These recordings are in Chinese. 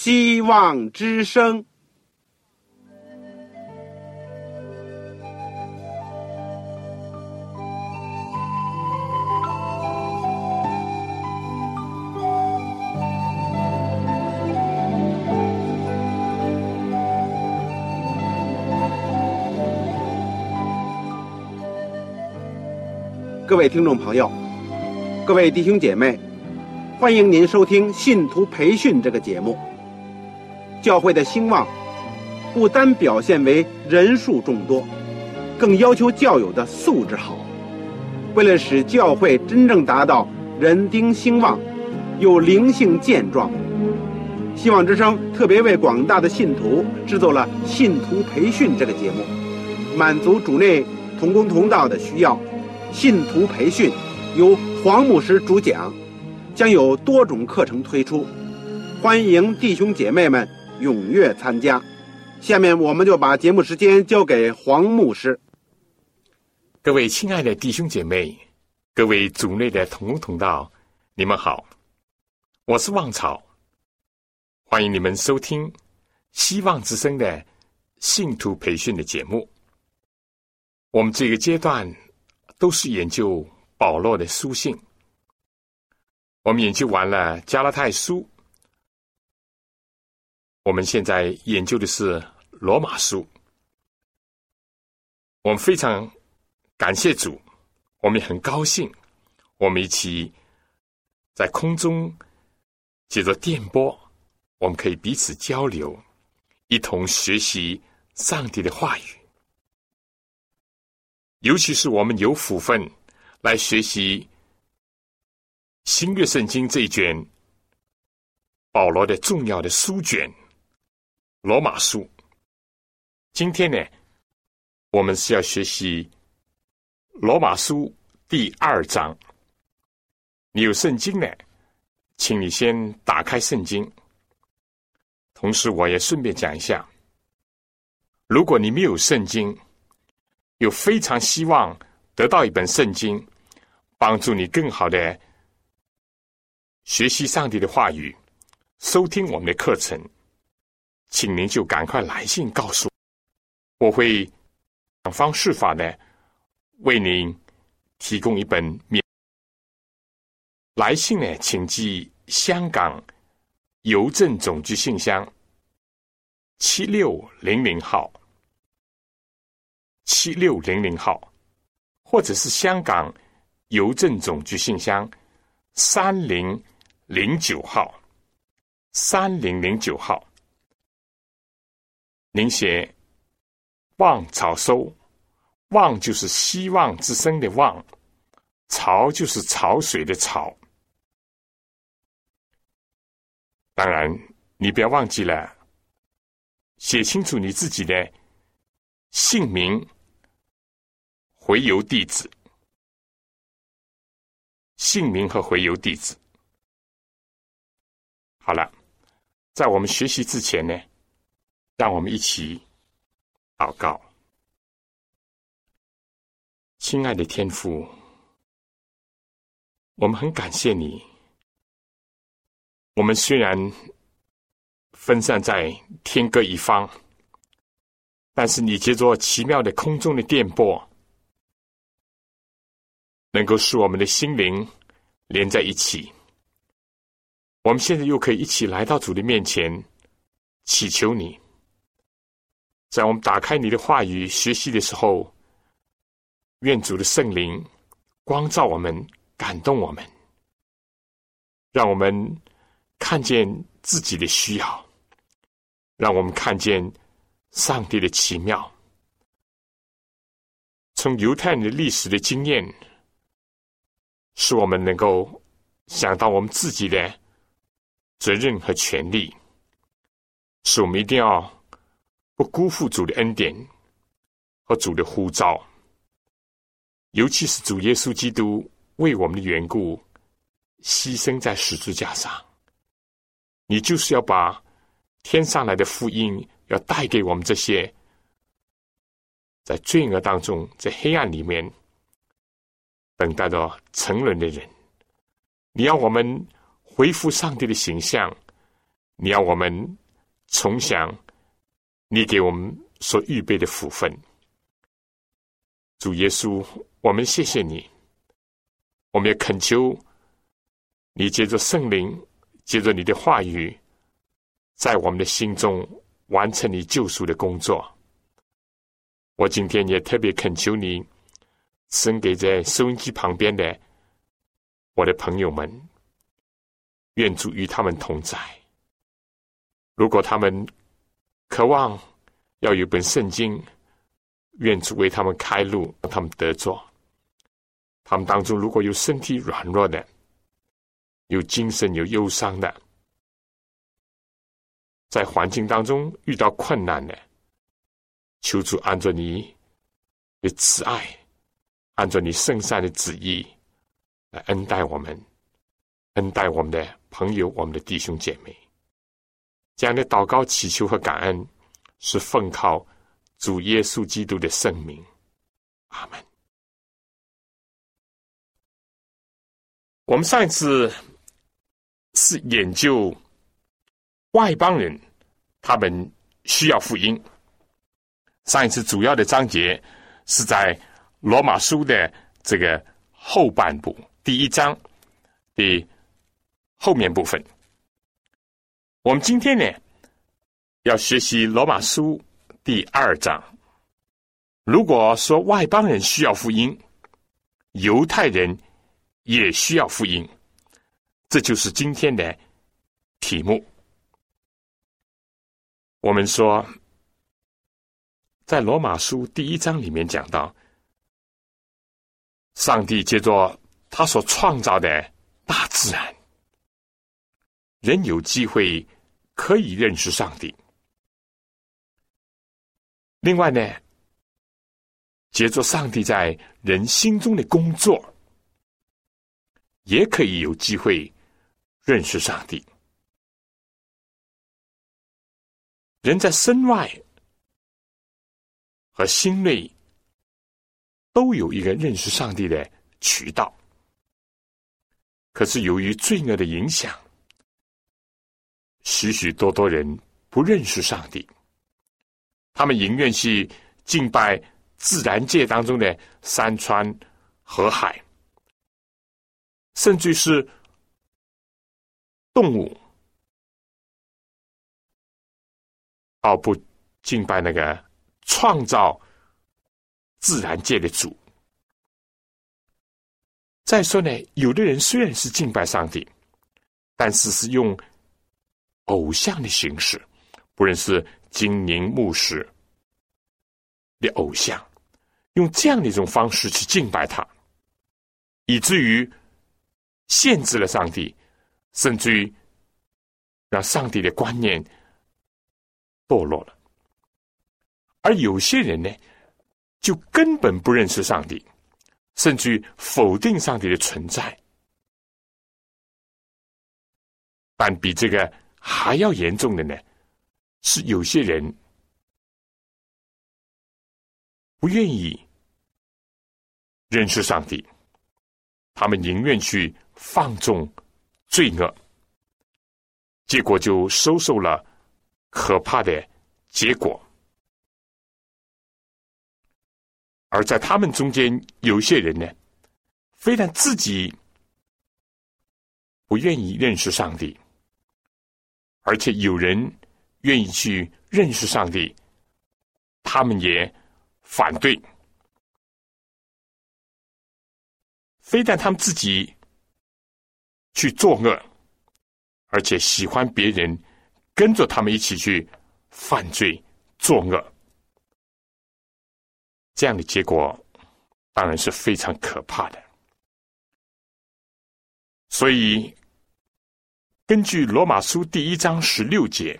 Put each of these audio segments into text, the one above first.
希望之声。各位听众朋友，各位弟兄姐妹，欢迎您收听信徒培训这个节目。教会的兴旺不单表现为人数众多，更要求教友的素质好。为了使教会真正达到人丁兴旺又灵性健壮，希望之声特别为广大的信徒制作了信徒培训这个节目，满足主内同工同道的需要。信徒培训由黄牧师主讲，将有多种课程推出，欢迎弟兄姐妹们踊跃参加。下面我们就把节目时间交给黄牧师。 各位亲爱的弟兄姐妹，各位主内的同工同道，你们好，我是旺草，欢迎你们收听希望之声的信徒培训的节目。我们这个阶段都是研究保罗的书信，我们研究完了加拉太书，我们现在研究的是罗马书。我们非常感谢主，我们也很高兴，我们一起在空中借着电波，我们可以彼此交流，一同学习上帝的话语。尤其是我们有福分来学习新约圣经这一卷保罗的重要的书卷罗马书。今天呢，我们是要学习罗马书第2章。你有圣经呢，请你先打开圣经。同时我也顺便讲一下，如果你没有圣经，又非常希望得到一本圣经，帮助你更好的学习上帝的话语，收听我们的课程，请您就赶快来信告诉我，我会想方设法的为您提供一本来信呢，请寄香港邮政总局信箱7600号7600号，或者是香港邮政总局信箱3009号3009号。您写望草收，望就是希望之声的望，潮就是潮水的潮。当然你不要忘记了写清楚你自己的姓名、回邮地址，姓名和回邮地址。好了，在我们学习之前呢，让我们一起祷告。亲爱的天父，我们很感谢你。我们虽然分散在天各一方，但是你借着奇妙的空中的电波，能够使我们的心灵连在一起。我们现在又可以一起来到主的面前，祈求你，在我们打开你的话语学习的时候，愿主的圣灵光照我们，感动我们，让我们看见自己的需要，让我们看见上帝的奇妙。从犹太人的历史的经验，使我们能够想到我们自己的责任和权利，使我们一定要不辜负主的恩典和主的呼召，尤其是主耶稣基督为我们的缘故牺牲在十字架上。你就是要把天上来的福音要带给我们这些在罪恶当中，在黑暗里面等待着沉沦的人。你要我们恢复上帝的形象， 你要我们重享你给我们所预备的福分。主耶稣，我们谢谢你，我们也恳求你借着圣灵，借着你的话语，在我们的心中完成你救赎的工作。我今天也特别恳求你，赐给在收音机旁边的我的朋友们，愿主与他们同在。如果他们渴望要有一本圣经，愿主为他们开路，让他们得着。他们当中如果有身体软弱的，有精神有忧伤的，在环境当中遇到困难的，求主按照你的慈爱，按照你圣善的旨意来恩待我们，恩待我们的朋友，我们的弟兄姐妹。这样的祷告祈求和感恩是奉靠主耶稣基督的圣名，阿们。我们上一次是研究外邦人，他们需要福音。上一次主要的章节是在罗马书的这个后半部，第1章的后面部分。我们今天呢，要学习罗马书第2章。如果说外邦人需要福音，犹太人也需要福音，这就是今天的题目。我们说，在罗马书第1章里面讲到，上帝借着他所创造的大自然，人有机会可以认识上帝。另外呢，借着上帝在人心中的工作，也可以有机会认识上帝。人在身外和心内都有一个认识上帝的渠道，可是由于罪恶的影响，许许多多人不认识上帝，他们宁愿去敬拜自然界当中的山川河海，甚至是动物，而不敬拜那个创造自然界的主。再说呢，有的人虽然是敬拜上帝，但是是用偶像的形式，不论是金银木石的偶像，用这样的一种方式去敬拜他，以至于限制了上帝，甚至于让上帝的观念堕落了。而有些人呢，就根本不认识上帝，甚至于否定上帝的存在。但比这个还要严重的呢，是有些人不愿意认识上帝，他们宁愿去放纵罪恶，结果就收受了可怕的结果。而在他们中间，有些人呢，非但自己不愿意认识上帝，而且有人愿意去认识上帝，他们也反对。非但他们自己去作恶，而且喜欢别人跟着他们一起去犯罪作恶。这样的结果当然是非常可怕的。所以根据罗马书第1章16节，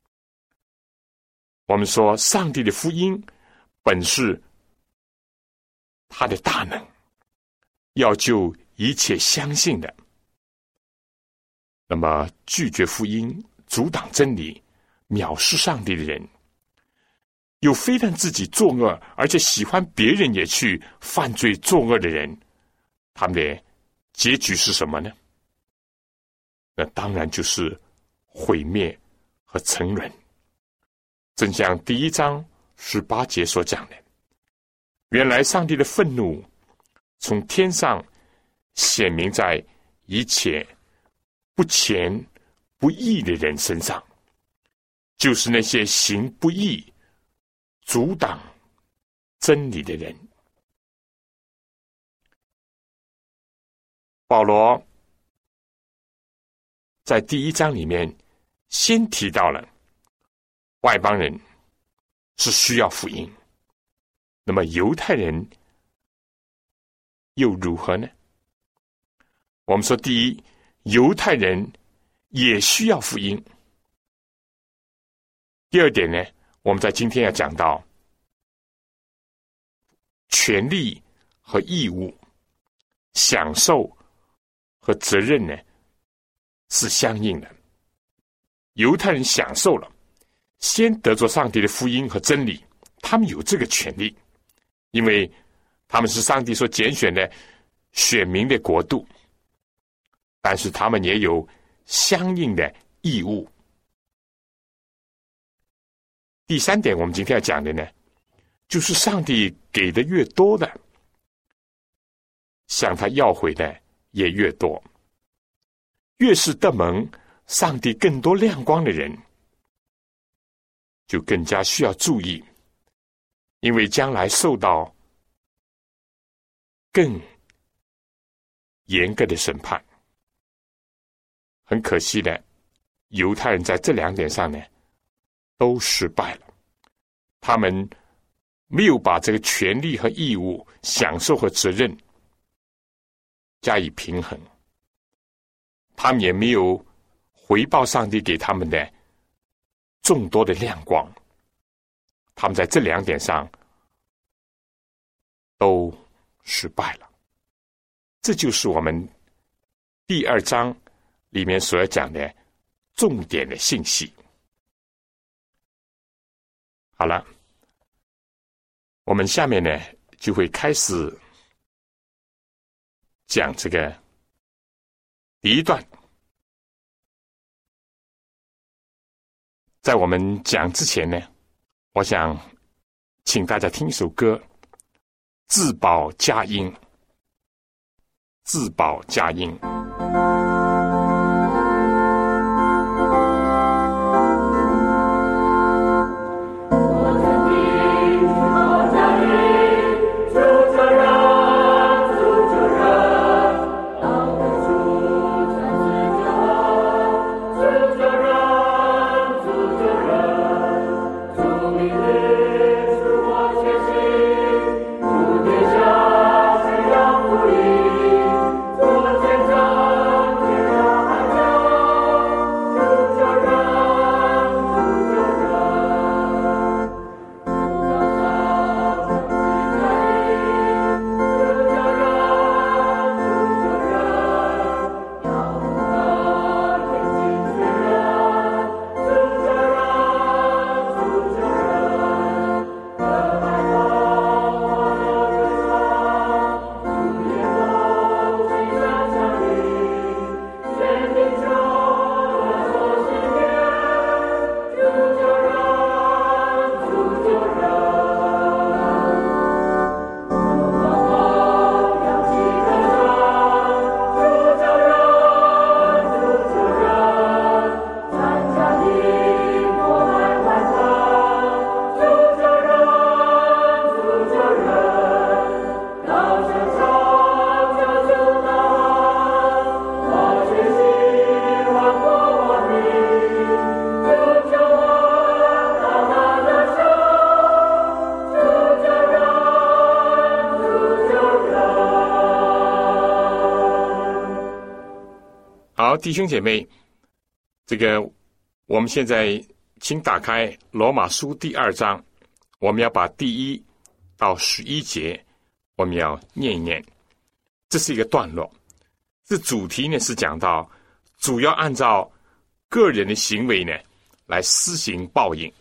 我们说上帝的福音本是他的大能，要救一切相信的。那么拒绝福音、阻挡真理、藐视上帝的人，有非但自己作恶，而且喜欢别人也去犯罪作恶的人，他们的结局是什么呢？那当然就是毁灭和沉沦。正像第1章18节所讲的，原来上帝的愤怒从天上显明在一切不虔不义的人身上，就是那些行不义、阻挡真理的人。保罗在第1章里面先提到了外邦人是需要福音，那么犹太人又如何呢？我们说，第一，犹太人也需要福音。第二点呢，我们在今天要讲到权利和义务、享受和责任呢是相应的。犹太人享受了先得着上帝的福音和真理，他们有这个权利，因为他们是上帝所拣选的选民的国度，但是他们也有相应的义务。第三点，我们今天要讲的呢，就是上帝给的越多的，向他要回的也越多。越是得蒙上帝更多亮光的人，就更加需要注意，因为将来受到更严格的审判。很可惜的，犹太人在这2点上呢都失败了。他们没有把这个权利和义务、享受和责任加以平衡，他们也没有回报上帝给他们的众多的亮光。他们在这2点上都失败了。这就是我们第2章里面所要讲的重点的信息。好了，我们下面呢就会开始讲这个第1段。在我们讲之前呢，我想请大家听一首歌，自保佳音。自保佳音。好，弟兄姐妹，这个我们现在请打开罗马书第2章，我们要把第1到11节我们要念一念。这是一个段落，这主题呢是讲到主要按照个人的行为呢来施行报应。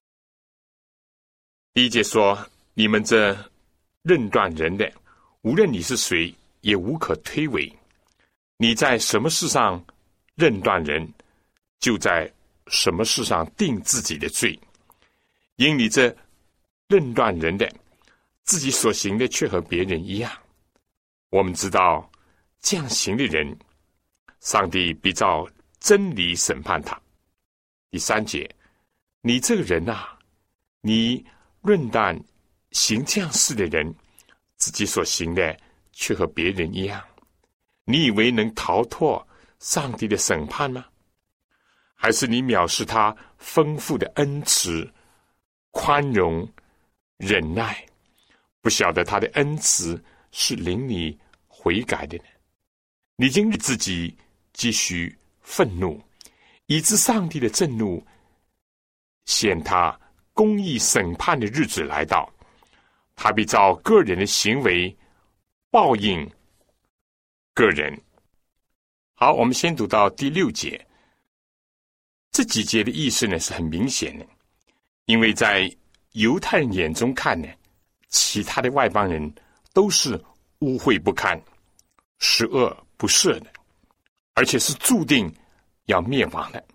第1节说，你们这认断人的，无论你是谁，也无可推诿。你在什么事上认断人，就在什么事上定自己的罪，因你这论断人的，自己所行的却和别人一样。我们知道这样行的人，上帝必照真理审判他。第3节，你这个人啊，你论断行这样事的人，自己所行的却和别人一样，你以为能逃脱上帝的审判吗？还是你藐视他丰富的恩慈、宽容、忍耐，不晓得他的恩慈是领你悔改的呢？你竟自己继续愤怒，以致上帝的震怒显他公义审判的日子来到，他必照个人的行为报应个人。好，我们先读到第6节。这几节的意思呢是很明显的，因为在犹太人眼中看呢，其他的外邦人都是污秽不堪、十恶不赦的，而且是注定要灭亡的。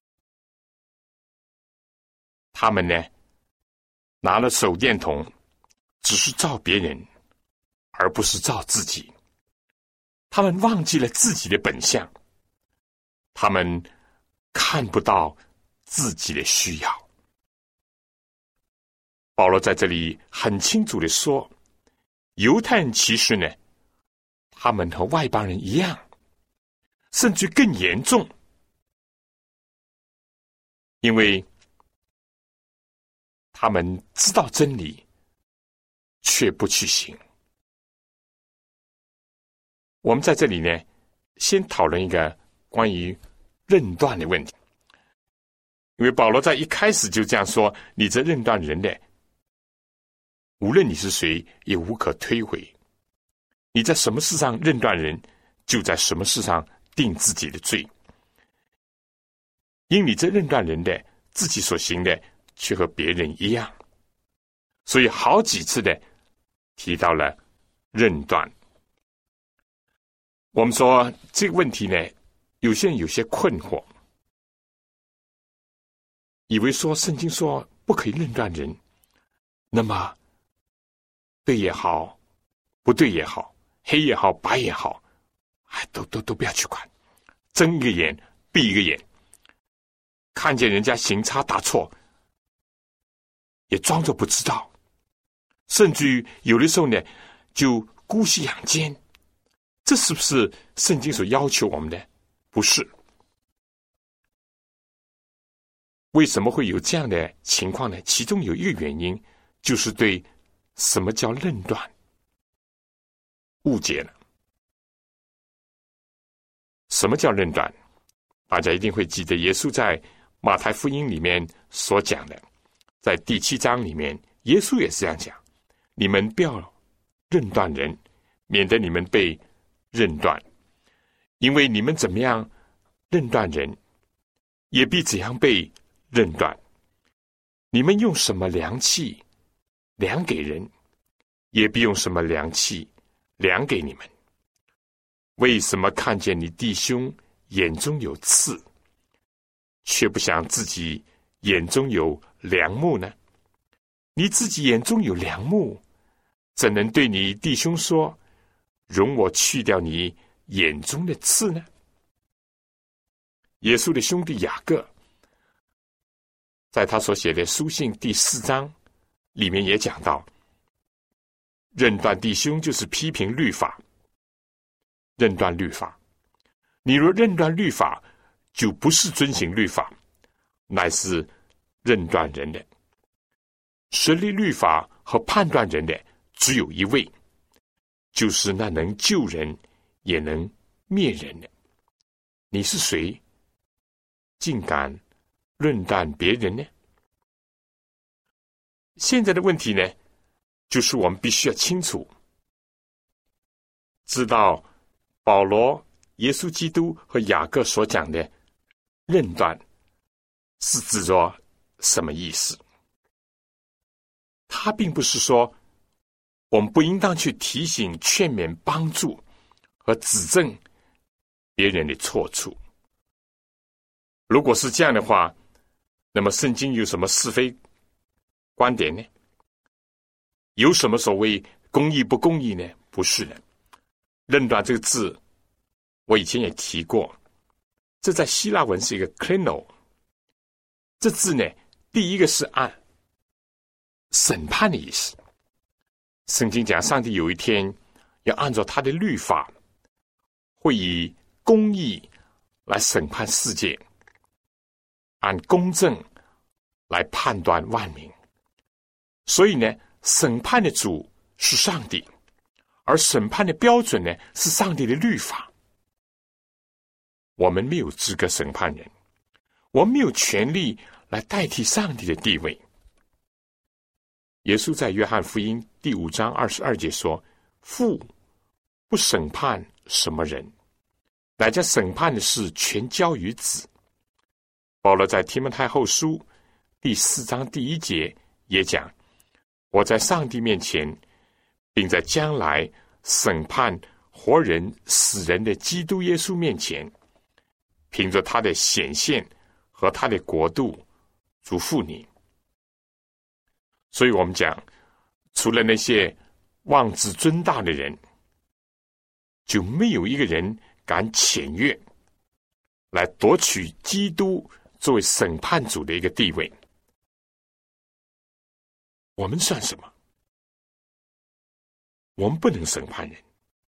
他们呢拿了手电筒，只是照别人，而不是照自己。他们忘记了自己的本相，他们看不到自己的需要。保罗在这里很清楚地说，犹太人其实呢，他们和外邦人一样，甚至更严重，因为他们知道真理，却不去行。我们在这里呢，先讨论一个关于论断的问题，因为保罗在一开始就这样说：你这论断人的，无论你是谁，也无可推诿。你在什么事上论断人，就在什么事上定自己的罪。因你这论断人的，自己所行的却和别人一样。所以好几次的提到了论断。我们说这个问题呢，有些人有些困惑，以为说圣经说不可以论断人，那么对也好，不对也好，黑也好，白也好，都不要去管，睁一个眼闭一个眼，看见人家行差大错，也装作不知道，甚至于有的时候呢，就姑息养奸。这是不是圣经所要求我们的？不是。为什么会有这样的情况呢？其中有一个原因，就是对什么叫论断误解了。什么叫论断？大家一定会记得耶稣在马太福音里面所讲的，在第7章里面，耶稣也是这样讲：你们不要论断人，免得你们被论断，因为你们怎么样论断人，也必怎样被论断。你们用什么量器量给人，也必用什么量器量给你们。为什么看见你弟兄眼中有刺，却不想自己眼中有梁木呢？你自己眼中有梁木，怎能对你弟兄说，容我去掉你眼中的刺呢？耶稣的兄弟雅各在他所写的书信第4章里面也讲到，论断弟兄就是批评律法，论断律法。你若论断律法，就不是遵行律法，乃是论断人的。设立律法和判断人的只有一位，就是那能救人也能灭人的。你是谁，竟敢论断别人呢？现在的问题呢，就是我们必须要清楚知道保罗、耶稣基督和雅各所讲的论断是指着什么意思。他并不是说我们不应当去提醒、劝勉、帮助和指正别人的错处， 如果是这样的话，那么圣经有什么是非观点呢？有什么所谓公义不公义呢？不是的。论断这个字，我以前也提过，这在希腊文是一个 krino， 这字呢，第一个是按审判的意思。圣经讲，上帝有一天要按照他的律法，会以公义来审判世界，按公正来判断万民。所以呢，审判的主是上帝，而审判的标准呢，是上帝的律法。我们没有资格审判人，我们没有权利来代替上帝的地位。耶稣在约翰福音第5章22节说，父不审判什么人，乃将审判的事全交于子。保罗在提摩太后书第4章第1节也讲，我在上帝面前，并在将来审判活人死人的基督耶稣面前，凭着他的显现和他的国度嘱咐你。所以我们讲，除了那些妄自尊大的人，就没有一个人敢僭越来夺取基督作为审判主的一个地位。我们算什么？我们不能审判人，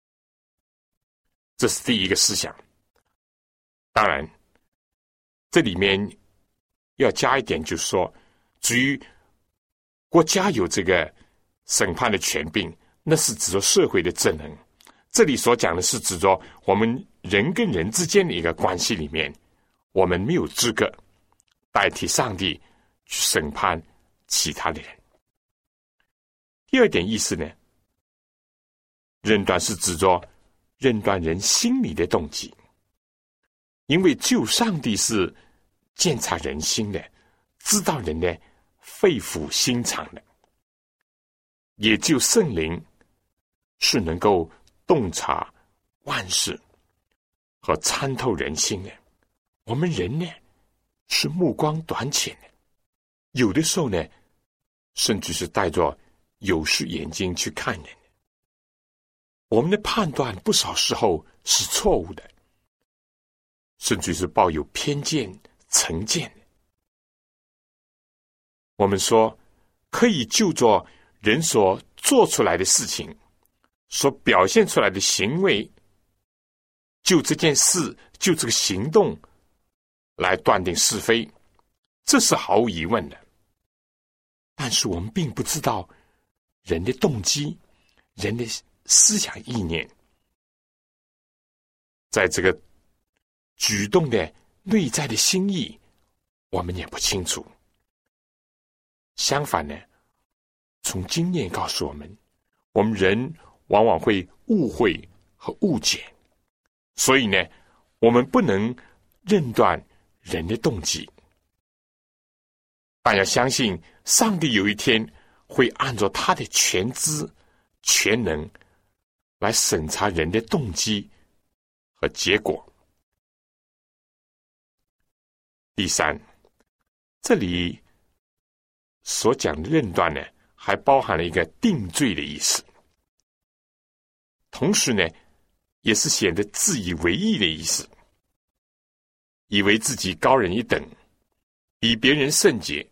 这是第一个思想。当然，这里面要加一点，就是说，至于国家有这个审判的权柄，那是指着社会的正能。这里所讲的是指着我们人跟人之间的一个关系里面，我们没有资格代替上帝去审判其他的人。第二点意思呢，认断是指着认断人心里的动机，因为只有上帝是鉴察人心的，知道人的肺腑心肠的，也只有圣灵是能够洞察万事和参透人心的。我们人呢，是目光短浅的，有的时候呢，甚至是带着有色眼睛去看人的。我们的判断不少时候是错误的，甚至是抱有偏见、成见的。我们说，可以就着人所做出来的事情，所表现出来的行为，就这件事，就这个行动来断定是非，这是毫无疑问的。但是我们并不知道人的动机，人的思想意念，在这个举动的内在的心意，我们也不清楚。相反呢，从经验告诉我们，我们人往往会误会和误解，所以呢，我们不能认断人的动机，但要相信上帝有一天会按照他的全知全能来审查人的动机和结果。第三，这里所讲的认断呢，还包含了一个定罪的意思，同时呢，也是显得自以为意的意思，以为自己高人一等，比别人圣洁。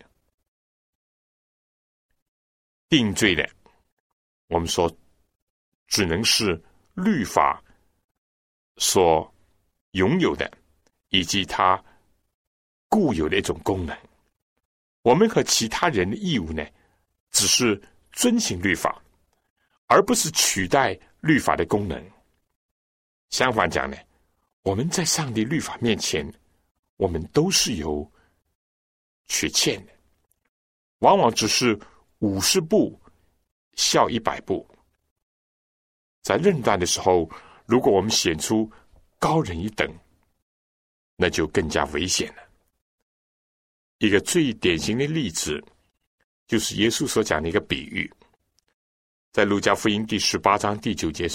定罪的，我们说只能是律法所拥有的，以及它固有的一种功能。我们和其他人的义务呢，只是遵行律法，而不是取代律法的功能。相反讲呢，我们在上帝律法面前，我们都是有缺欠的，往往只是50步笑100步。在认断的时候，如果我们显出高人一等，那就更加危险了。一个最典型的例子，就是耶稣所讲的一个比喻，在路加福音第18章第9节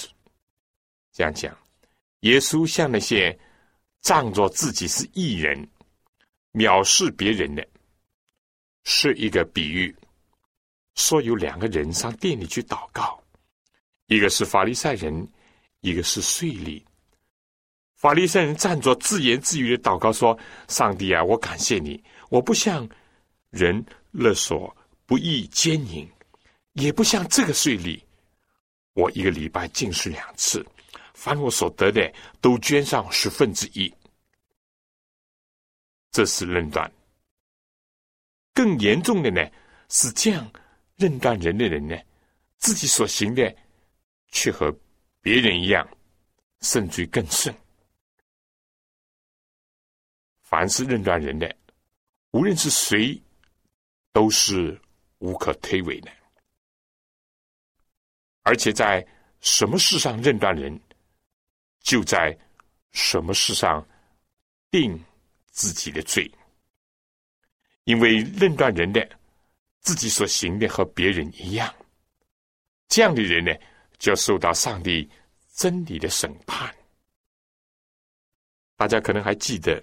这样讲：耶稣向那些仗着自己是义人， 藐视别人的，是一个比喻，说有两个人上殿里去祷告，一个是法利赛人，一个是税吏。法利赛人站着自言自语的祷告说：上帝啊，我感谢你，我不像人勒索、不义、奸淫，也不像这个税吏，我一个礼拜禁食2次，凡我所得的都捐上1/10。这是论断。更严重的呢，是这样论断人的人呢，自己所行的却和别人一样，甚至更甚。凡是论断人的，无论是谁，都是无可推诿的。而且在什么事上论断人，就在什么事上定自己的罪。因为论断人的自己所行的和别人一样，这样的人呢，就要受到上帝真理的审判。大家可能还记得，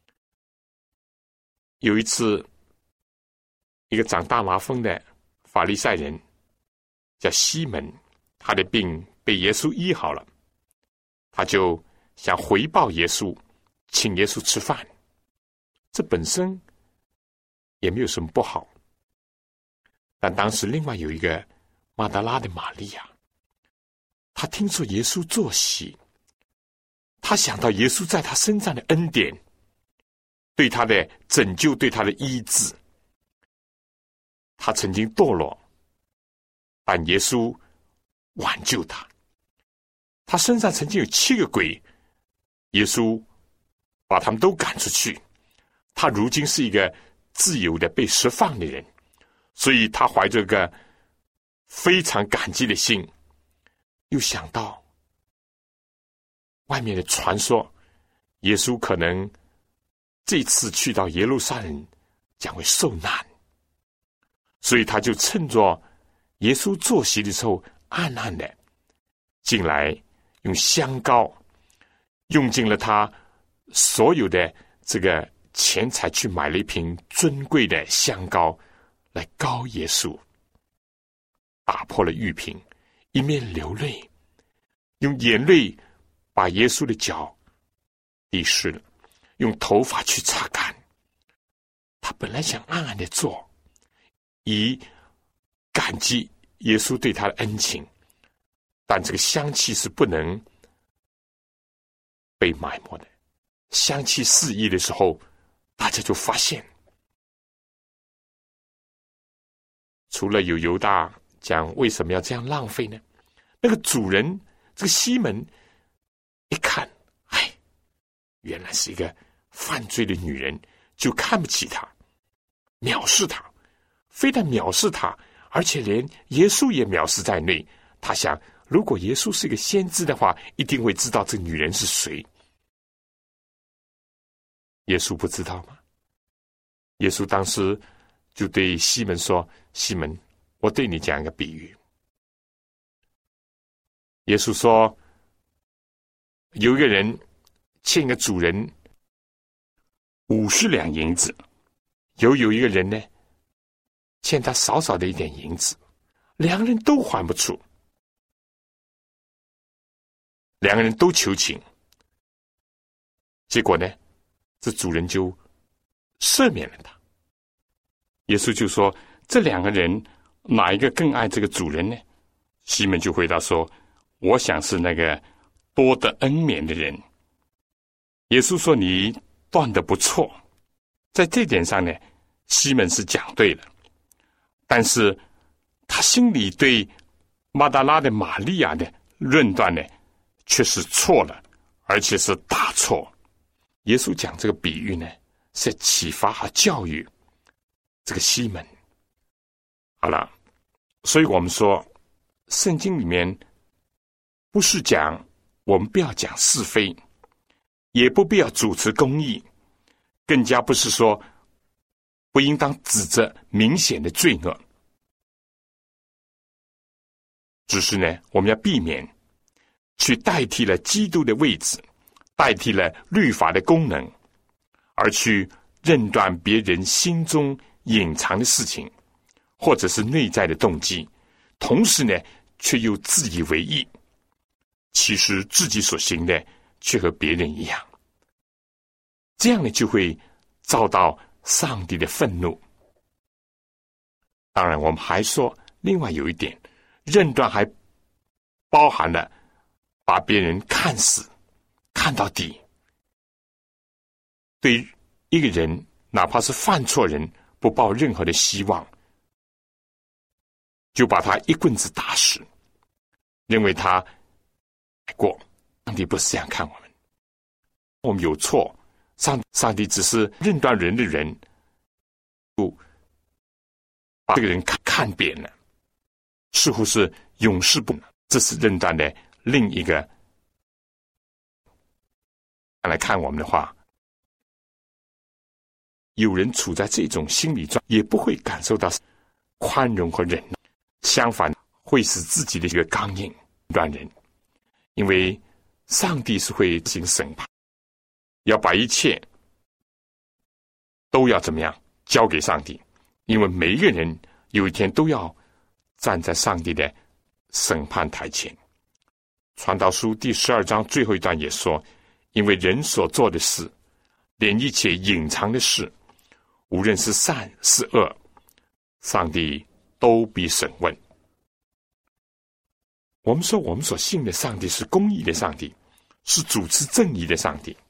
有一次，一个长大麻风的法利赛人叫西门，他的病被耶稣医好了，他就想回报耶稣，请耶稣吃饭。这本身也没有什么不好，但当时另外有一个马达拉的玛利亚，她听说耶稣坐席，她想到耶稣在她身上的恩典，对她的拯救，对她的医治。她曾经堕落，但耶稣挽救她。她身上曾经有7个鬼，耶稣把他们都赶出去。她如今是一个自由的被释放的人，所以她怀着个非常感激的心，又想到外面的传说，耶稣可能这次去到耶路撒冷将会受难，所以他就趁着耶稣坐席的时候，暗暗的进来，用香膏用尽了他所有的这个钱财，去买了一瓶尊贵的香膏来膏耶稣，打破了玉瓶，一面流泪，用眼泪把耶稣的脚滴湿了，用头发去擦干。他本来想暗暗的做，以感激耶稣对他的恩情，但这个香气是不能被埋没的。香气四溢的时候，大家就发现，除了有犹大讲为什么要这样浪费呢？那个主人这个西门一看，原来是一个犯罪的女人，就看不起她，藐视她，非但藐视她，而且连耶稣也藐视在内。他想，如果耶稣是一个先知的话，一定会知道这女人是谁。耶稣不知道吗？耶稣当时就对西门说：西门，我对你讲一个比喻。耶稣说，有一个人欠一个主人50两银子，有一个人呢欠他少少的一点银子，两个人都还不出，两个人都求情，结果呢，这主人就赦免了他。耶稣就说，这两个人哪一个更爱这个主人呢？西门就回答说，我想是那个多得恩免的人。耶稣说，你断得不错。在这点上呢，西门是讲对了，但是他心里对马达拉的玛利亚的论断呢，却是错了，而且是大错。耶稣讲这个比喻呢，是启发和教育这个西门。好了，所以我们说，圣经里面不是讲我们不要讲是非，也不必要主持公义，更加不是说不应当指责明显的罪恶，只是呢，我们要避免去代替了基督的位置，代替了律法的功能，而去认断别人心中隐藏的事情，或者是内在的动机，同时呢，却又自以为意，其实自己所行的却和别人一样，这样呢，就会遭到上帝的愤怒。当然，我们还说另外有一点，认断还包含了把别人看死、看到底。对于一个人，哪怕是犯错人，不抱任何的希望，就把他一棍子打死，认为他改过。上帝不是这样看我们，我们有错，上帝只是认断人的人，就把这个人看扁了，似乎是永世不能。这是认断的另一个来看我们的话，有人处在这种心理状态，也不会感受到宽容和忍耐，相反会使自己的一个刚硬断人。因为上帝是会进行审判，要把一切都要怎么样交给上帝，因为每一个人有一天都要站在上帝的审判台前。传道书第12章最后一段也说，因为人所做的事，连一切隐藏的事，无论是善是恶，上帝都必审问。我们说我们所信的上帝是公义的上帝，是主持正义的上帝。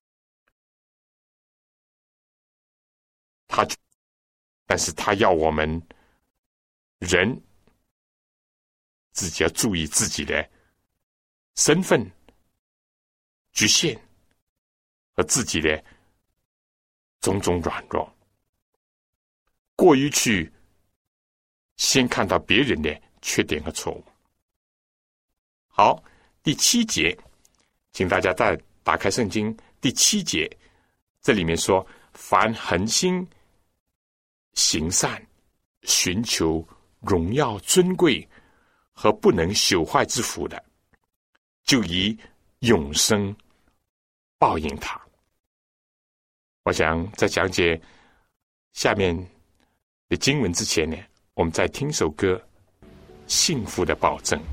但是他要我们人自己要注意自己的身份局限和自己的种种软弱，过于去先看到别人的缺点和错误。好，第7节，请大家再打开圣经第7节，这里面说，凡恒心行善，寻求荣耀尊贵和不能朽坏之福的，就以永生报应他。我想在讲解下面的经文之前呢，我们再听首歌《幸福的保证》。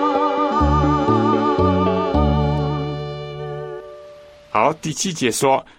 第7节说，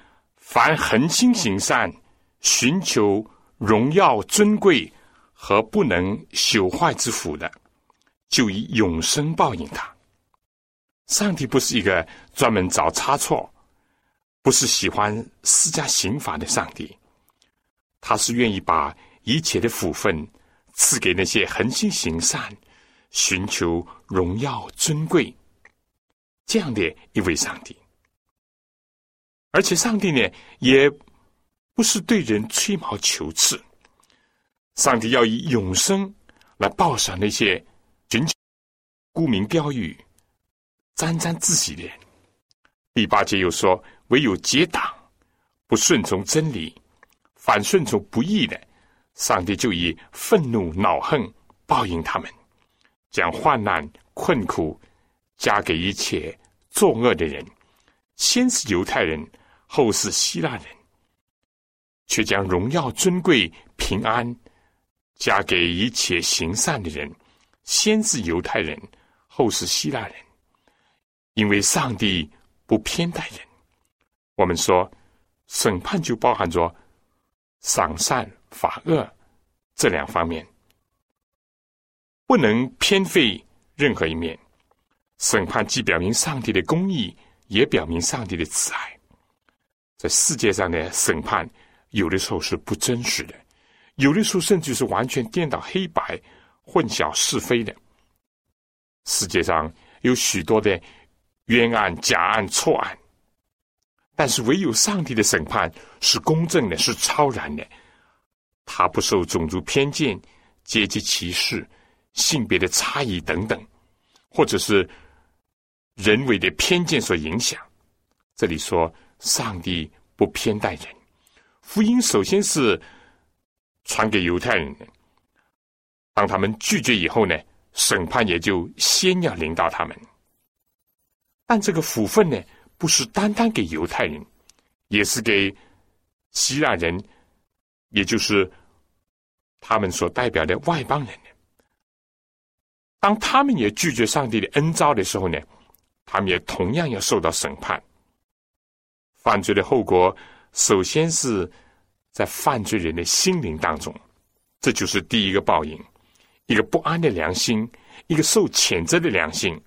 凡恒心行善，寻求荣耀尊贵和不能朽坏之福的，就以永生报应他。上帝不是一个专门找差错，不是喜欢施加刑罚的上帝，他是愿意把一切的福分赐给那些恒心行善、寻求荣耀尊贵这样的一位上帝。而且上帝呢，也不是对人吹毛求疵，上帝要以永生来报赏那些寻求沽名钓誉、沾沾自喜的人。第8节又说，唯有结党不顺从真理，反顺从不义的，上帝就以愤怒恼恨报应他们，将患难困苦加给一切作恶的人，先是犹太人，后是希腊人，却将荣耀尊贵平安加给一切行善的人，先是犹太人，后是希腊人。因为上帝不偏待人，我们说审判就包含着赏善罚恶这两方面，不能偏废任何一面。审判既表明上帝的公义，也表明上帝的慈爱。在世界上的审判有的时候是不真实的，有的时候甚至是完全颠倒黑白、混淆是非的。世界上有许多的冤案、假案、错案，但是唯有上帝的审判是公正的，是超然的，他不受种族偏见、阶级歧视、性别的差异等等，或者是人为的偏见所影响。这里说上帝不偏待人，福音首先是传给犹太人的，当他们拒绝以后呢，审判也就先要临到他们。但这个福分呢，不是单单给犹太人，也是给希腊人，也就是他们所代表的外邦人的。当他们也拒绝上帝的恩召的时候呢，他们也同样要受到审判。犯罪的后果首先是在犯罪人的心灵当中，这就是第一个报应，一个不安的良心，一个受谴责的良心，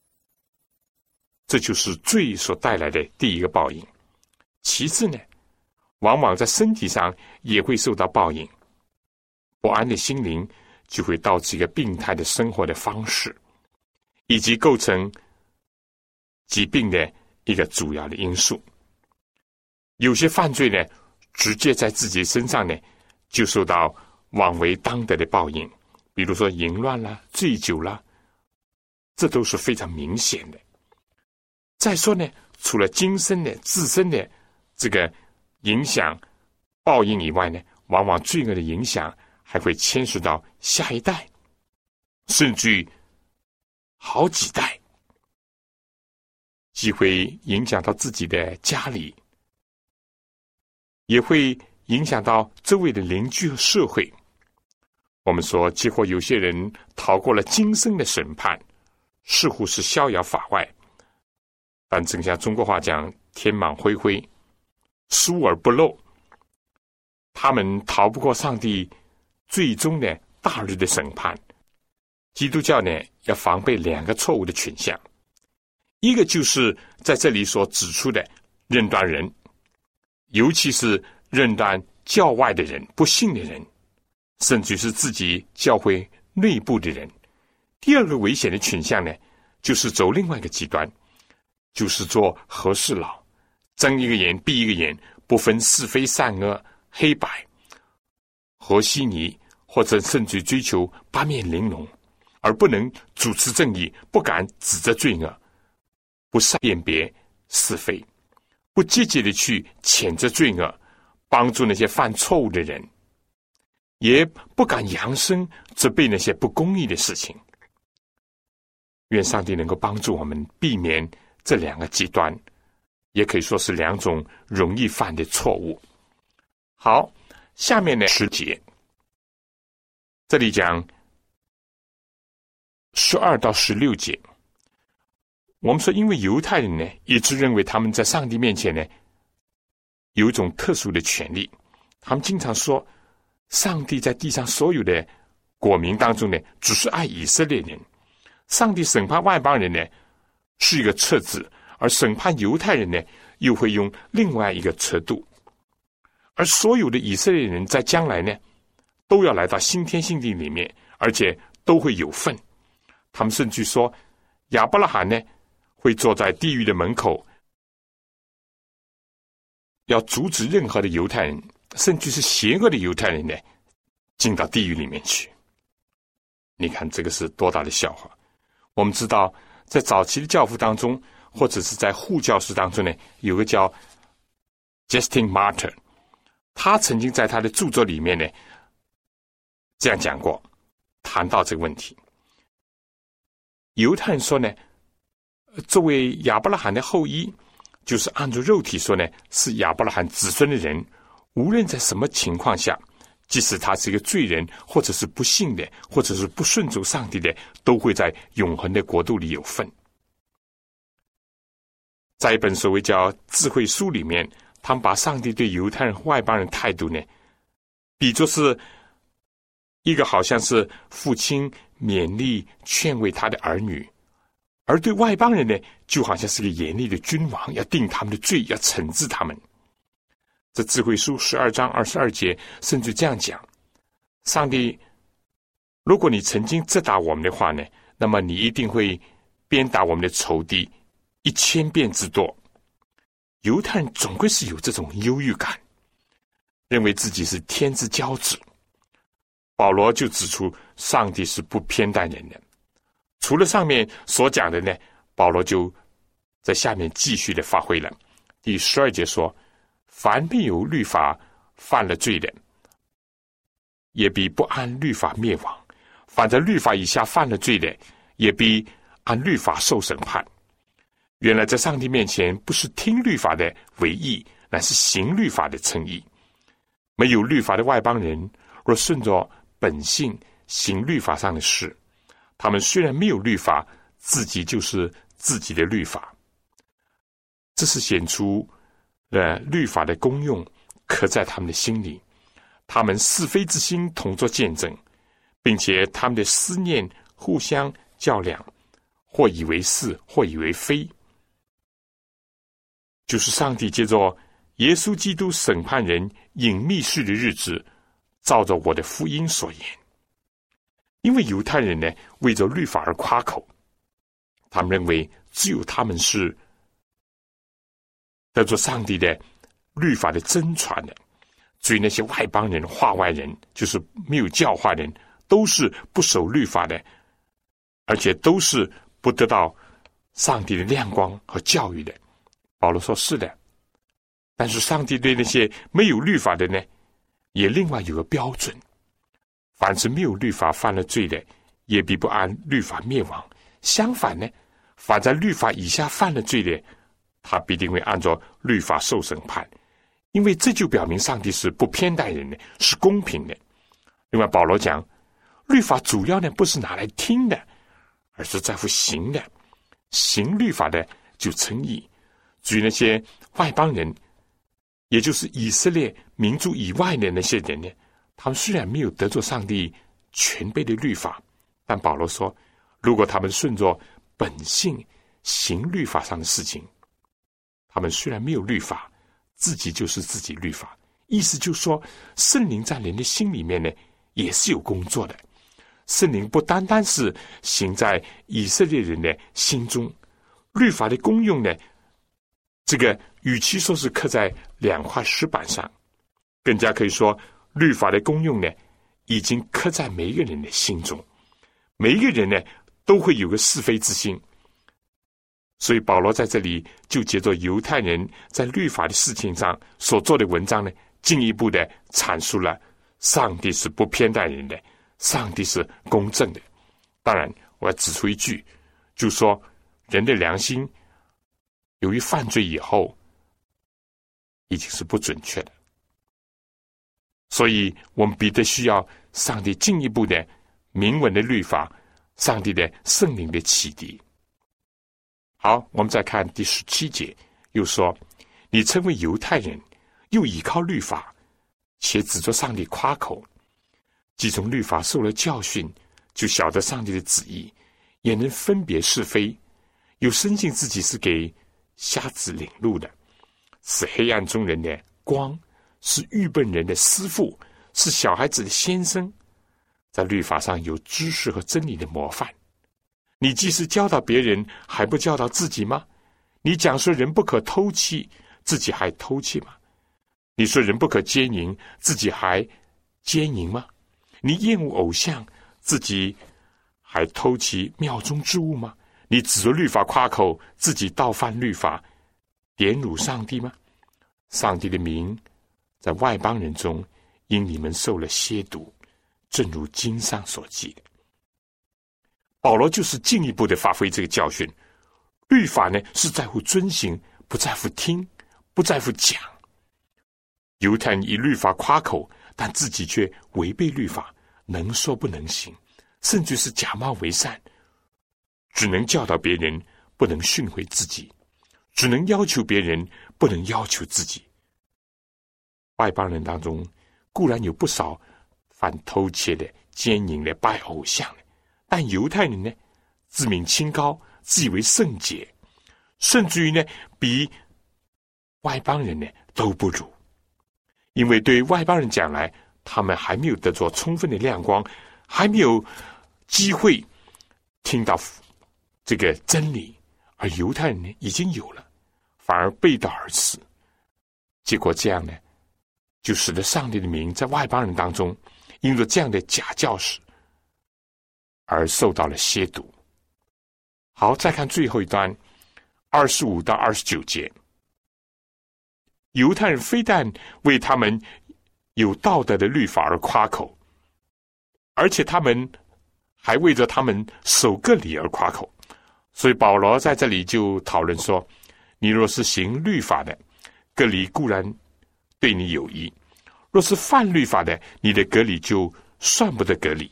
这就是罪所带来的第一个报应。其次呢，往往在身体上也会受到报应，不安的心灵就会导致一个病态的生活的方式，以及构成疾病的一个主要的因素。有些犯罪呢，直接在自己身上呢，就受到枉为当得的报应，比如说淫乱啦、醉酒啦，这都是非常明显的。再说呢，除了今生的自身的这个影响报应以外呢，往往罪恶的影响还会牵涉到下一代，甚至于好几代，既会影响到自己的家里，也会影响到周围的邻居和社会。我们说，结果有些人逃过了今生的审判，似乎是逍遥法外，但正像中国话讲，天网恢恢，疏而不漏，他们逃不过上帝最终的大日的审判。基督教呢，要防备两个错误的倾向，一个就是在这里所指出的认断人，尤其是认断教外的人、不信的人，甚至是自己教会内部的人。第二个危险的倾向呢，就是走另外一个极端，就是做和事佬，睁一个眼闭一个眼，不分是非善恶黑白，和稀泥，或者甚至追求八面玲珑，而不能主持正义，不敢指责罪恶，不善辨别是非，不积极的去谴责罪恶，帮助那些犯错误的人，也不敢扬声责备那些不公义的事情。愿上帝能够帮助我们避免这两个极端，也可以说是两种容易犯的错误。好，下面的10节，这里讲12到16节。我们说，因为犹太人呢，一直认为他们在上帝面前呢， 有一种特殊的权利。他们经常说，上帝在地上所有的国民当中呢，只是爱以色列人。上帝审判外邦人呢，是一个册子，而审判犹太人呢，又会用另外一个尺度。而所有的以色列人在将来呢，都要来到新天新地里面，而且都会有份。他们甚至说，亚伯拉罕呢，会坐在地狱的门口，要阻止任何的犹太人，甚至是邪恶的犹太人呢，进到地狱里面去。你看这个是多大的笑话。我们知道在早期的教父当中，或者是在护教士当中呢，有个叫 Justin Martyr， 他曾经在他的著作里面呢这样讲过，谈到这个问题。犹太人说呢，作为亚伯拉罕的后裔，就是按照肉体说呢，是亚伯拉罕子孙的人，无论在什么情况下，即使他是一个罪人，或者是不信的，或者是不顺从上帝的，都会在永恒的国度里有份。在一本所谓叫智慧书里面，他们把上帝对犹太人和外邦人态度呢，比作是一个好像是父亲勉励劝慰他的儿女，而对外邦人呢，就好像是个严厉的君王，要定他们的罪，要惩治他们。这智慧书12章22节甚至这样讲，上帝，如果你曾经责打我们的话呢，那么你一定会鞭打我们的仇敌1000遍之多。犹太人总归是有这种忧郁感，认为自己是天之骄子。保罗就指出，上帝是不偏待人的。除了上面所讲的呢，保罗就在下面继续的发挥了。第12节说，凡没有律法犯了罪的，也必不按律法灭亡；反在律法以下犯了罪的，也必按律法受审判。原来在上帝面前，不是听律法的为义，乃是行律法的称义。没有律法的外邦人，若顺着本性行律法上的事，他们虽然没有律法，自己就是自己的律法。这是显出律法的功用刻在他们的心里，他们是非之心同作见证，并且他们的思念互相较量，或以为是，或以为非。就是上帝借着耶稣基督审判人隐秘事的日子，照着我的福音所言。因为犹太人呢，为着律法而夸口，他们认为只有他们是得着上帝的律法的真传的，至于那些外邦人、化外人，就是没有教化人，都是不守律法的，而且都是不得到上帝的亮光和教育的。保罗说是的，但是上帝对那些没有律法的呢，也另外有个标准，凡是没有律法犯了罪的，也必不按律法灭亡。相反呢，凡在律法以下犯了罪的，他必定会按照律法受审判，因为这就表明上帝是不偏待人的，是公平的。另外保罗讲，律法主要呢不是拿来听的，而是在乎行的，行律法的就称义。至于那些外邦人，也就是以色列民族以外的那些人呢，他们虽然没有得着上帝全备的律法，但保罗说，如果他们顺着本性行律法上的事情，他们虽然没有律法，自己就是自己律法。意思就是说，圣灵在人的心里面呢，也是有工作的。圣灵不单单是行在以色列人的心中，律法的功用呢，这个与其说是刻在2块石板上，更加可以说律法的功用呢，已经刻在每一个人的心中。每一个人呢，都会有个是非之心。所以保罗在这里就借着犹太人在律法的事情上所做的文章呢，进一步的阐述了上帝是不偏待人的，上帝是公正的。当然我要指出一句，就是说人的良心由于犯罪以后已经是不准确的，所以我们必须需要上帝进一步的明文的律法，上帝的圣灵的启迪。好，我们再看第17节，又说，你称为犹太人， 又倚靠律法，且指着上帝夸口，既从律法受了教训，就晓得上帝的旨意，也能分别是非，又深信自己是给瞎子领路的，是黑暗中人的光，是愚笨人的师傅，是小孩子的先生，在律法上有知识和真理的模范。你既是教导别人，还不教导自己吗？你讲说人不可偷窃，自己还偷窃吗？你说人不可奸淫，自己还奸淫吗？你厌恶偶像，自己还偷其庙中之物吗？你指着律法夸口，自己倒犯律法，玷辱上帝吗？上帝的名在外邦人中因你们受了亵渎，正如经上所记的。保罗就是进一步的发挥这个教训，律法呢是在乎遵行，不在乎听，不在乎讲。犹太人以律法夸口，但自己却违背律法，能说不能行，甚至是假冒为善，只能教导别人，不能训诲自己，只能要求别人，不能要求自己。外邦人当中固然有不少犯偷窃的、奸淫的、拜偶像的，但犹太人呢，自命清高，自以为圣洁，甚至于呢，比外邦人呢都不如。因为对外邦人讲来，他们还没有得着充分的亮光，还没有机会听到这个真理，而犹太人呢已经有了，反而背道而驰。结果这样呢，就使得上帝的名在外邦人当中因着这样的假教师而受到了亵渎。好，再看最后一段25到29节。犹太人非但为他们有道德的律法而夸口，而且他们还为着他们守割礼而夸口。所以保罗在这里就讨论说，你若是行律法的，割礼固然对你有益；若是犯律法的，你的割礼就算不得割礼。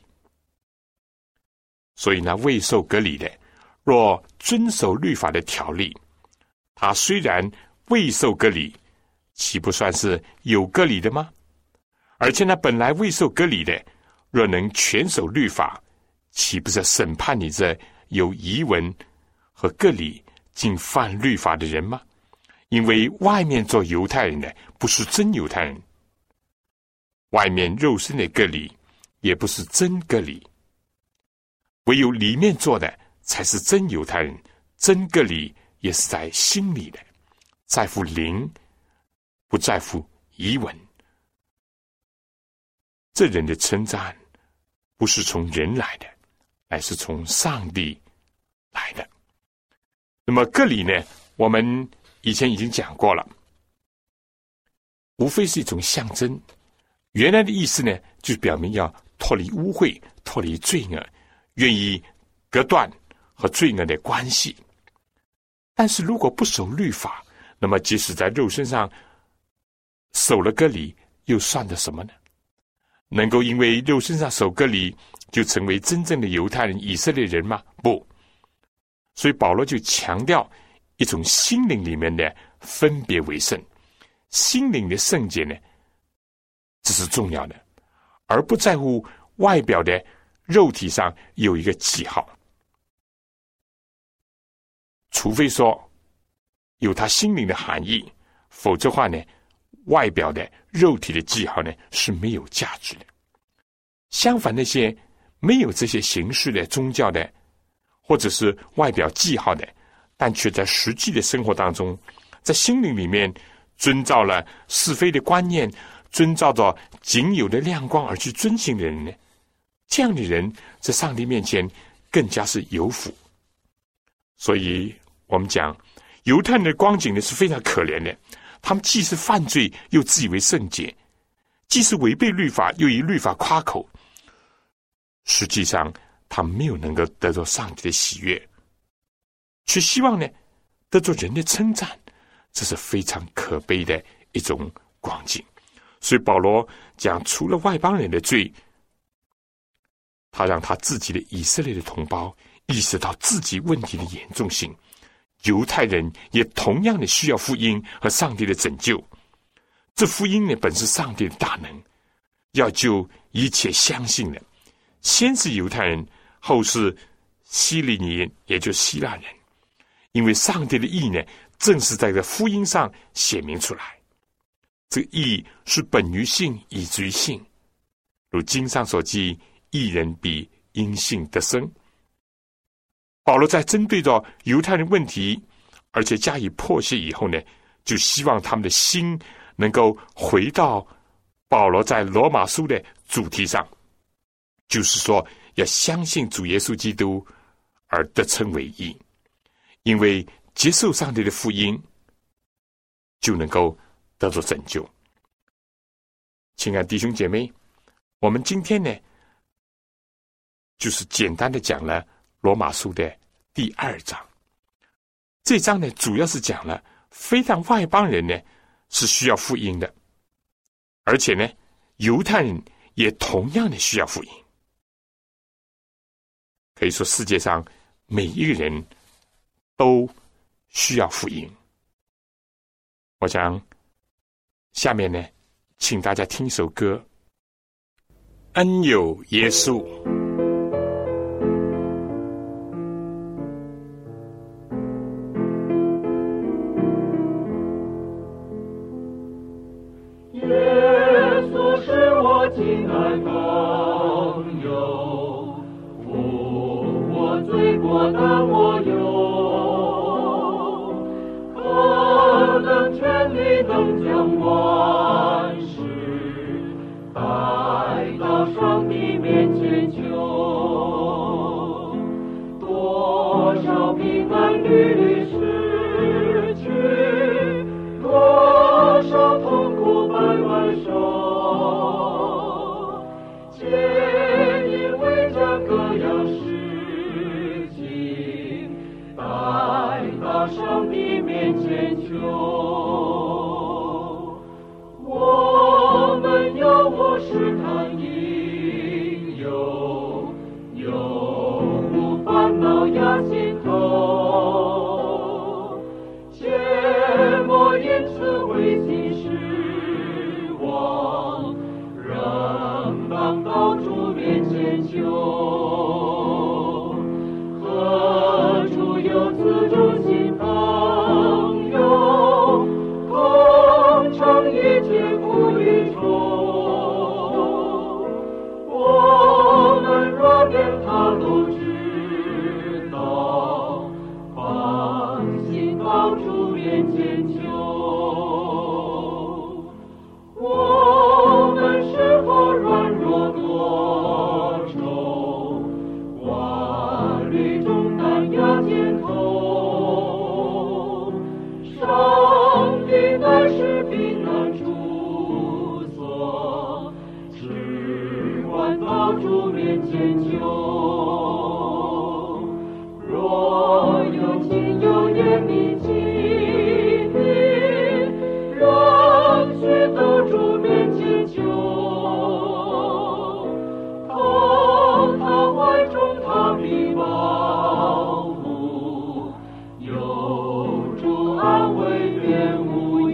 所以呢，未受割礼的，若遵守律法的条例，他虽然未受割礼，岂不算是有割礼的吗？而且呢，本来未受割礼的，若能全守律法，岂不是审判你这有遗文和割礼竟犯律法的人吗？因为外面做犹太人的不是真犹太人，外面肉身的割礼也不是真割礼，唯有里面做的才是真犹太人。真割礼也是在心里的，在乎灵，不在乎遗文。这人的称赞不是从人来的，乃是从上帝来的。那么割礼呢，我们以前已经讲过了，无非是一种象征。原来的意思呢，就是表明要脱离污秽，脱离罪恶，愿意隔断和罪恶的关系。但是如果不守律法，那么即使在肉身上守了割礼，又算得什么呢？能够因为肉身上守割礼就成为真正的犹太人、以色列人吗？不。所以保罗就强调一种心灵里面的分别为圣，心灵的圣洁呢，这是重要的，而不在乎外表的肉体上有一个记号。除非说有他心灵的含义，否则话呢，外表的肉体的记号呢是没有价值的。相反，那些没有这些形式的宗教的，或者是外表记号的，但却在实际的生活当中，在心灵里面遵照了是非的观念，遵照着仅有的亮光而去遵行的人呢，这样的人在上帝面前更加是有福。所以我们讲犹太人的光景呢是非常可怜的，他们既是犯罪又自以为圣洁，既是违背律法又以律法夸口，实际上他们没有能够得到上帝的喜悦，却希望呢得到人的称赞，这是非常可悲的一种光景。所以保罗讲，除了外邦人的罪，他让他自己的以色列的同胞意识到自己问题的严重性，犹太人也同样的需要福音和上帝的拯救。 这福音呢，本是上帝的大能，要救一切相信的，先是犹太人，后是希利尼人，也就是希腊人。因为上帝的义呢，正是在这福音上显明出来。这个义是本于信，以至于信。如经上所记，义人必因信得生。保罗在针对着犹太人问题，而且加以剖析以后呢，就希望他们的心能够回到保罗在罗马书的主题上，就是说要相信主耶稣基督而得称为义，因为接受上帝的福音就能够得到拯救。亲爱的弟兄姐妹，我们今天呢，就是简单的讲了罗马书的第2章。这章呢，主要是讲了非但外邦人呢是需要福音的，而且呢，犹太人也同样的需要福音。可以说世界上每一个人都需要福音。我想下面呢，请大家听一首歌，恩有耶稣。 亲爱朋友，我罪过担我忧，可能权力能将万事带到上帝面前求，多少平安屡屡失去，多少痛苦百万受。皆因为这各样事情，带到上帝面前求。我们有我试探应有，有无烦恼压心头，切莫因此灰心失望，当到主面前求，何处有自主心朋友，共尝一切苦与愁。我们若连他都知道，放心到主面前求。我们是否软弱多愁，挂虑重担压肩头，上帝乃是避难处所，只管到主面前求。若有亲友也密亲，让去到主面前求，投他怀中他必保护，有主安慰便无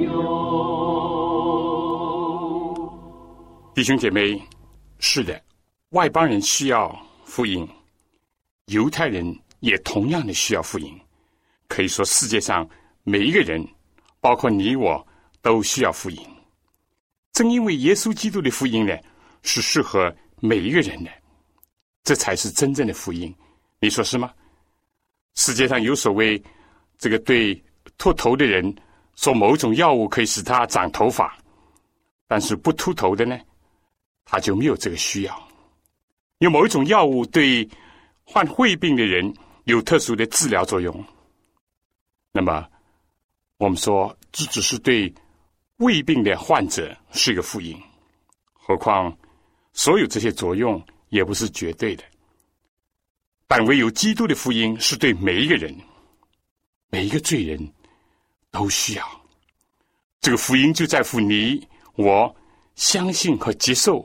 忧。 弟兄姐妹，是的，外邦人需要福音，犹太人也同样的需要福音。可以说世界上每一个人，包括你我，都需要福音。正因为耶稣基督的福音呢，是适合每一个人的，这才是真正的福音。你说是吗？世界上有所谓这个对秃头的人说某种药物可以使他长头发，但是不秃头的呢，他就没有这个需要。有某一种药物对患胃病的人有特殊的治疗作用，那么我们说这只是对胃病的患者是一个福音，何况所有这些作用也不是绝对的。但唯有基督的福音是对每一个人，每一个罪人都需要。这个福音就在乎你我相信和接受，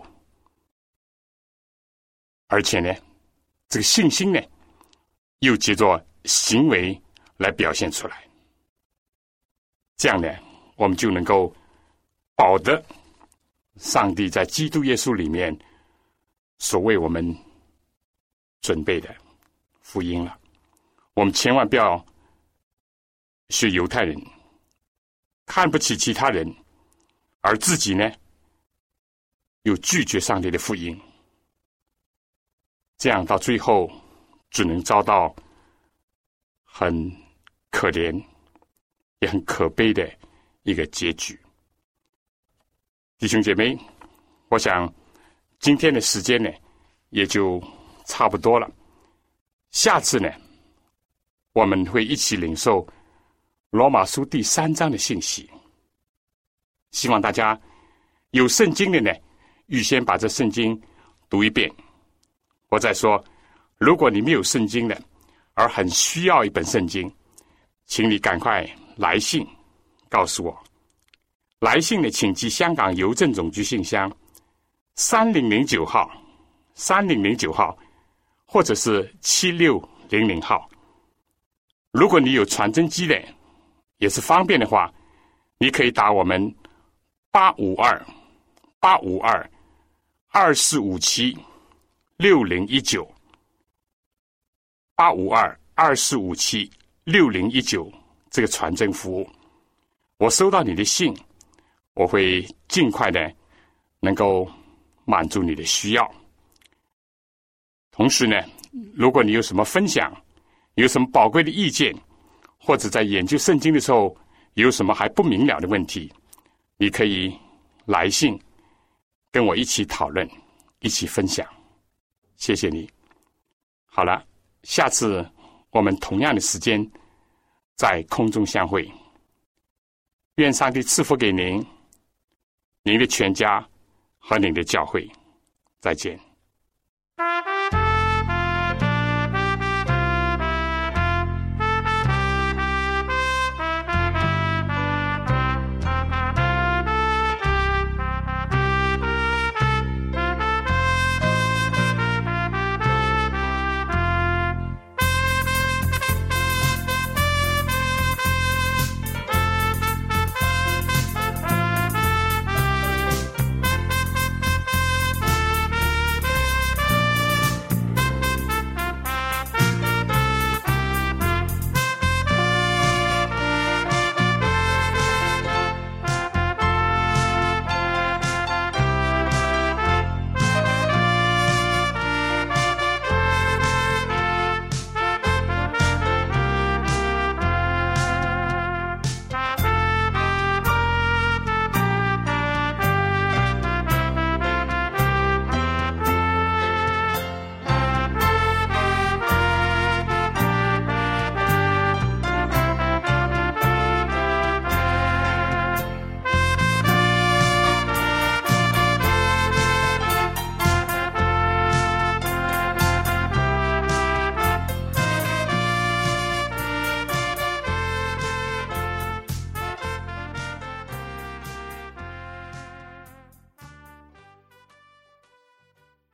而且呢，这个信心呢，又借着行为来表现出来。这样呢，我们就能够饱的上帝在基督耶稣里面所为我们准备的福音了。我们千万不要学犹太人，看不起其他人，而自己呢又拒绝上帝的福音，这样到最后只能遭到很可怜也很可悲的一个结局。弟兄姐妹，我想今天的时间呢也就差不多了。下次呢我们会一起领受罗马书第3章的信息。希望大家有圣经的呢预先把这圣经读一遍。我再说，如果你没有圣经的而很需要一本圣经，请你赶快来信告诉我。来信呢，请寄香港邮政总局信箱3009号3009号，或者是7600号。如果你有传真机的也是方便的话，你可以打我们852-2457-6019 852-2457-6019这个传真服务。我收到你的信，我会尽快的能够满足你的需要。同时呢，如果你有什么分享，有什么宝贵的意见，或者在研究圣经的时候有什么还不明了的问题，你可以来信跟我一起讨论，一起分享。谢谢你。好了，下次我们同样的时间在空中相会。愿上帝赐福给您，您的全家和您的教会。再见。